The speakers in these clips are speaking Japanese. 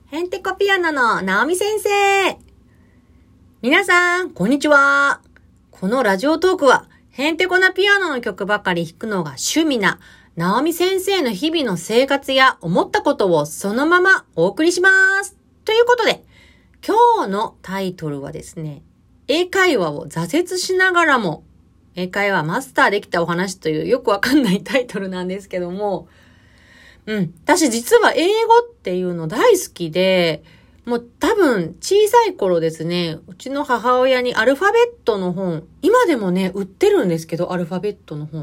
ヘンテコピアノのナオミ先生。皆さん、こんにちは。このラジオトークは、ヘンテコなピアノの曲ばかり弾くのが趣味なナオミ先生の日々の生活や思ったことをそのままお送りします。ということで、今日のタイトルはですね、英会話を挫折しながらも、英会話マスターできたお話というよくわかんないタイトルなんですけども、私実は英語っていうの大好きで、もう多分小さい頃ですね、うちの母親にアルファベットの本、今でもね、売ってるんですけど、アルファベットの本って、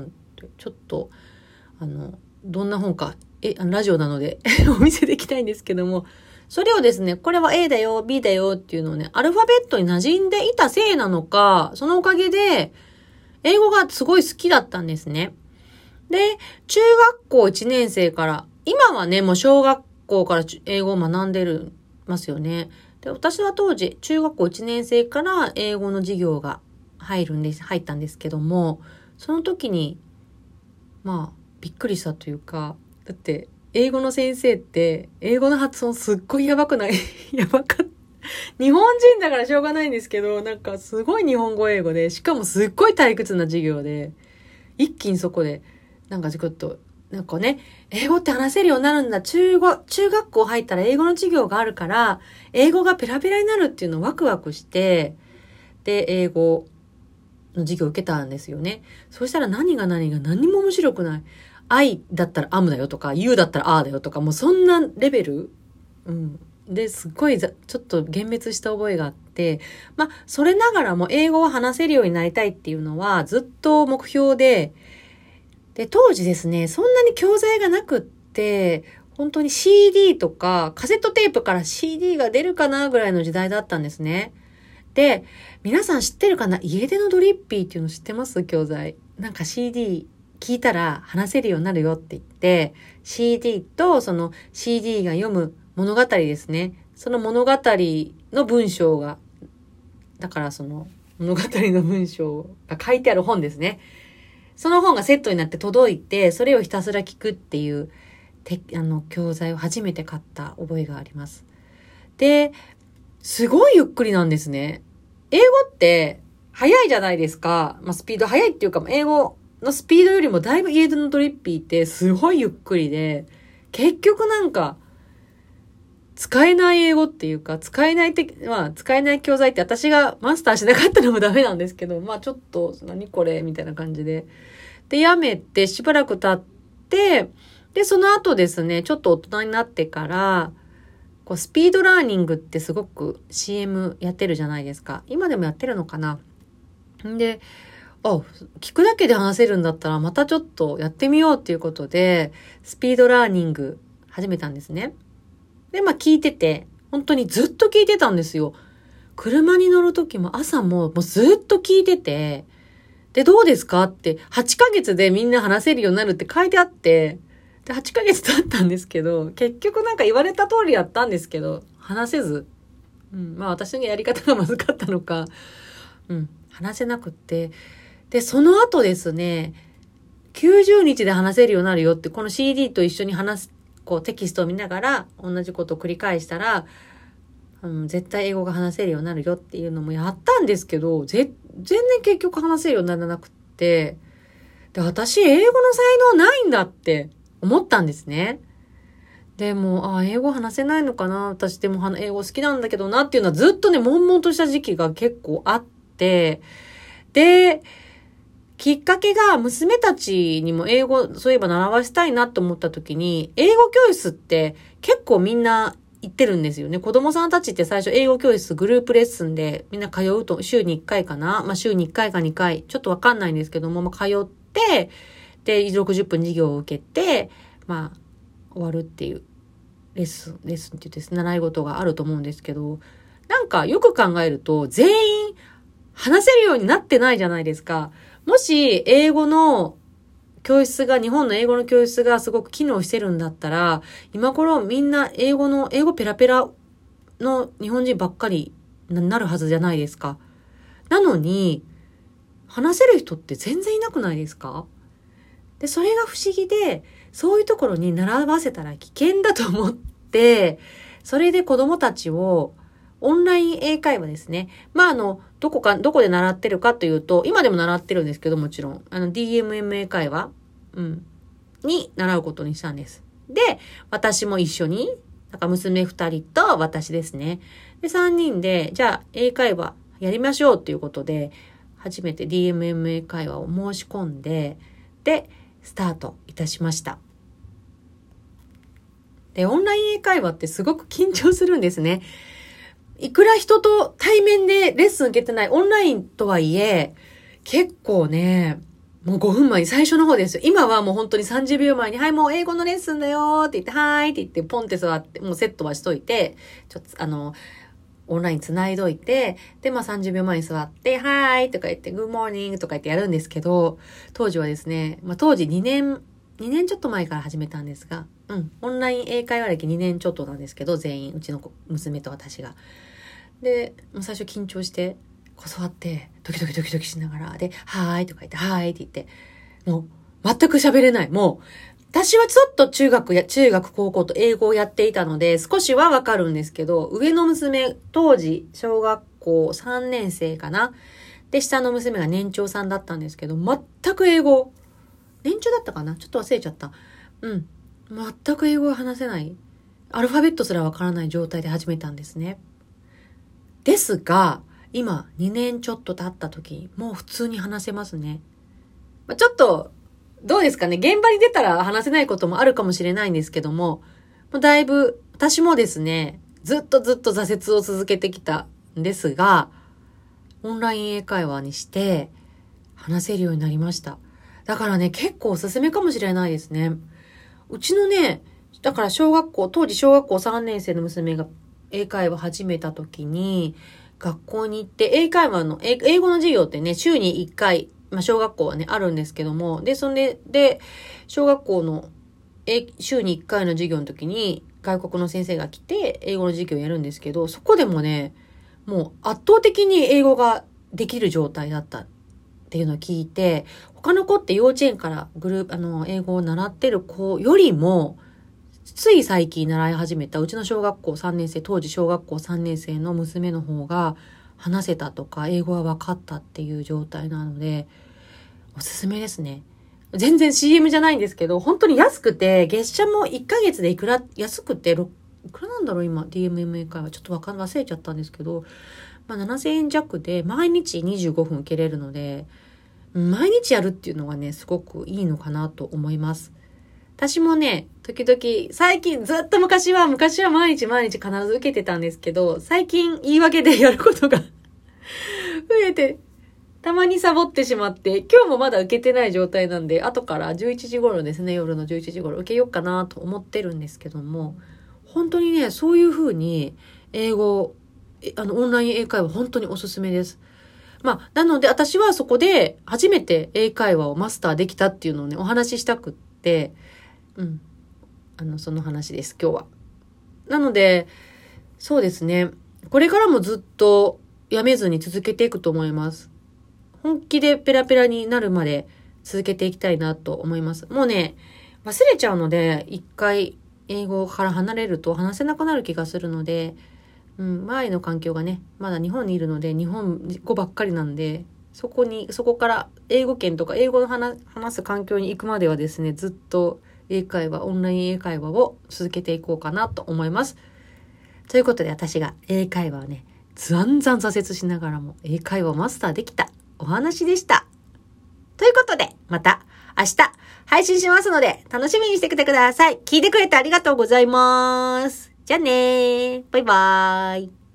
ちょっと、どんな本か、ラジオなのでお見せできないんですけども、それをですね、これは A だよ、B だよっていうのをね、アルファベットに馴染んでいたせいなのか、そのおかげで、英語がすごい好きだったんですね。で、中学校1年生から、今はね、もう小学校から英語を学んでますよね。で、私は当時、中学校1年生から英語の授業が入ったんですけども、その時に、びっくりしたというか、だって、英語の先生って、英語の発音すっごいやばくないやばかった。日本人だからしょうがないんですけど、なんかすごい日本語英語で、しかもすっごい退屈な授業で、一気にそこで、なんかちょっと、なんかね、英語って話せるようになるんだ。中学校入ったら英語の授業があるから、英語がペラペラになるっていうのをワクワクして、で、英語の授業を受けたんですよね。そしたら何が何も面白くない。I だったら am だよとか、you だったら are だよとか、もうそんなレベル、で、すっごいちょっと幻滅した覚えがあって、それながらも英語を話せるようになりたいっていうのはずっと目標で、当時ですね、そんなに教材がなくって、本当に CD とかカセットテープから CD が出るかなぐらいの時代だったんですね。で、皆さん知ってるかな？家出のドリッピーっていうの知ってます？教材。なんか CD 聞いたら話せるようになるよって言って、CD とその CD が読む物語ですね。その物語の文章が、だからその物語の文章が書いてある本ですね。その本がセットになって届いて、それをひたすら聞くっていう教材を初めて買った覚えがあります。で、すごいゆっくりなんですね。英語って早いじゃないですか。スピード早いっていうか、英語のスピードよりもだいぶ家出のドリッピーってすごいゆっくりで、結局なんか、使えない英語っていうか、使えない教材って私がマスターしなかったのもダメなんですけど、ちょっと、何これみたいな感じで。で、やめてしばらく経って、で、その後ですね、ちょっと大人になってから、スピードラーニングってすごく CM やってるじゃないですか。今でもやってるのかな。で、聞くだけで話せるんだったらまたちょっとやってみようっていうことで、スピードラーニング始めたんですね。で、聞いてて、本当にずっと聞いてたんですよ。車に乗るときも朝もずっと聞いてて、で、どうですかって、8ヶ月でみんな話せるようになるって書いてあって、で、8ヶ月経ったんですけど、結局なんか言われた通りやったんですけど、話せず、私のやり方がまずかったのか、話せなくって、で、その後ですね、90日で話せるようになるよって、この CD と一緒にテキストを見ながら同じことを繰り返したら、絶対英語が話せるようになるよっていうのもやったんですけど、全然結局話せるようにならなくって、で、私英語の才能ないんだって思ったんですね。でも、英語話せないのかな？私でも英語好きなんだけどなっていうのはずっとね、悶々とした時期が結構あって、で、きっかけが娘たちにも英語そういえば習わせたいなと思った時に、英語教室って結構みんな行ってるんですよね。子供さんたちって最初英語教室グループレッスンでみんな通うと、週に1回かな、週に1回か2回、ちょっとわかんないんですけども、通って、で、60分授業を受けて、終わるっていうレッスンって言って習い事があると思うんですけど、なんかよく考えると全員話せるようになってないじゃないですか。もし英語の教室が、日本の英語の教室がすごく機能してるんだったら、今頃みんな英語ペラペラの日本人ばっかりになるはずじゃないですか。なのに、話せる人って全然いなくないですか？で、それが不思議で、そういうところに習わせたら危険だと思って、 それで子供たちをオンライン英会話ですね。どこで習ってるかというと、今でも習ってるんですけど、もちろん、DMM 英会話、に習うことにしたんです。で、私も一緒に、娘2人と私ですね。で、3人で、じゃあ、英会話やりましょうということで、初めて DMM 英会話を申し込んで、で、スタートいたしました。で、オンライン英会話ってすごく緊張するんですね。いくら人と対面でレッスン受けてないオンラインとはいえ、結構ね、もう5分前に最初の方ですよ。今はもう本当に30秒前に、はい、もう英語のレッスンだよって言って、はーいって言って、ポンって座って、もうセットはしといて、オンライン繋いどいて、で、30秒前に座って、はーいとか言って、グッモーニングとか言ってやるんですけど、当時はですね、当時2年ちょっと前から始めたんですが、オンライン英会話歴2年ちょっとなんですけど、全員、うちの娘と私が。で、もう最初緊張して、座って、ドキドキしながら、で、はーいとか言って、はーいって言って、もう、全く喋れない。もう、私はちょっと中学、高校と英語をやっていたので、少しはわかるんですけど、上の娘、当時、小学校3年生かな。で、下の娘が年長さんだったんですけど、全く英語、年長だったかな？ちょっと忘れちゃった。全く英語が話せない。アルファベットすらわからない状態で始めたんですね。ですが、今、2年ちょっと経った時、もう普通に話せますね。ちょっと、どうですかね。現場に出たら話せないこともあるかもしれないんですけども、だいぶ、私もですね、ずっと挫折を続けてきたんですが、オンライン英会話にして話せるようになりました。だからね、結構おすすめかもしれないですね。うちのね、だから当時小学校3年生の娘が英会話始めた時に、学校に行って英会話の、英語の授業ってね、週に1回、小学校はね、あるんですけども、で、小学校の週に1回の授業の時に、外国の先生が来て、英語の授業をやるんですけど、そこでもね、もう圧倒的に英語ができる状態だったっていうのを聞いて、他の子って幼稚園から英語を習ってる子よりも、つい最近習い始めたうちの当時小学校3年生の娘の方が話せたとか英語が分かったっていう状態なので、おすすめですね。全然 CM じゃないんですけど、本当に安くて、月謝も1ヶ月で安くて、いくらなんだろう今、DMM 英会話ちょっと忘れちゃったんですけど、7000円弱で毎日25分受けれるので、毎日やるっていうのがね、すごくいいのかなと思います。私もね、時々、最近昔は毎日必ず受けてたんですけど、最近言い訳でやることが増えて、たまにサボってしまって、今日もまだ受けてない状態なんで、後から11時頃ですね、夜の11時頃受けようかなと思ってるんですけども、本当にね、そういう風に英語、オンライン英会話本当におすすめです。なので私はそこで初めて英会話をマスターできたっていうのをね、お話ししたくって、その話です、今日は。なので、そうですね。これからもずっとやめずに続けていくと思います。本気でペラペラになるまで続けていきたいなと思います。もうね、忘れちゃうので、一回英語から離れると話せなくなる気がするので、周りの環境がね、まだ日本にいるので、日本語ばっかりなんで、そこから英語圏とか英語を話す環境に行くまではですね、ずっとオンライン英会話を続けていこうかなと思います。ということで私が英会話をね、挫折しながらも英会話をマスターできたお話でした。ということで、また明日配信しますので楽しみにしてきてください。聞いてくれてありがとうございます。じゃあねー。バイバーイ。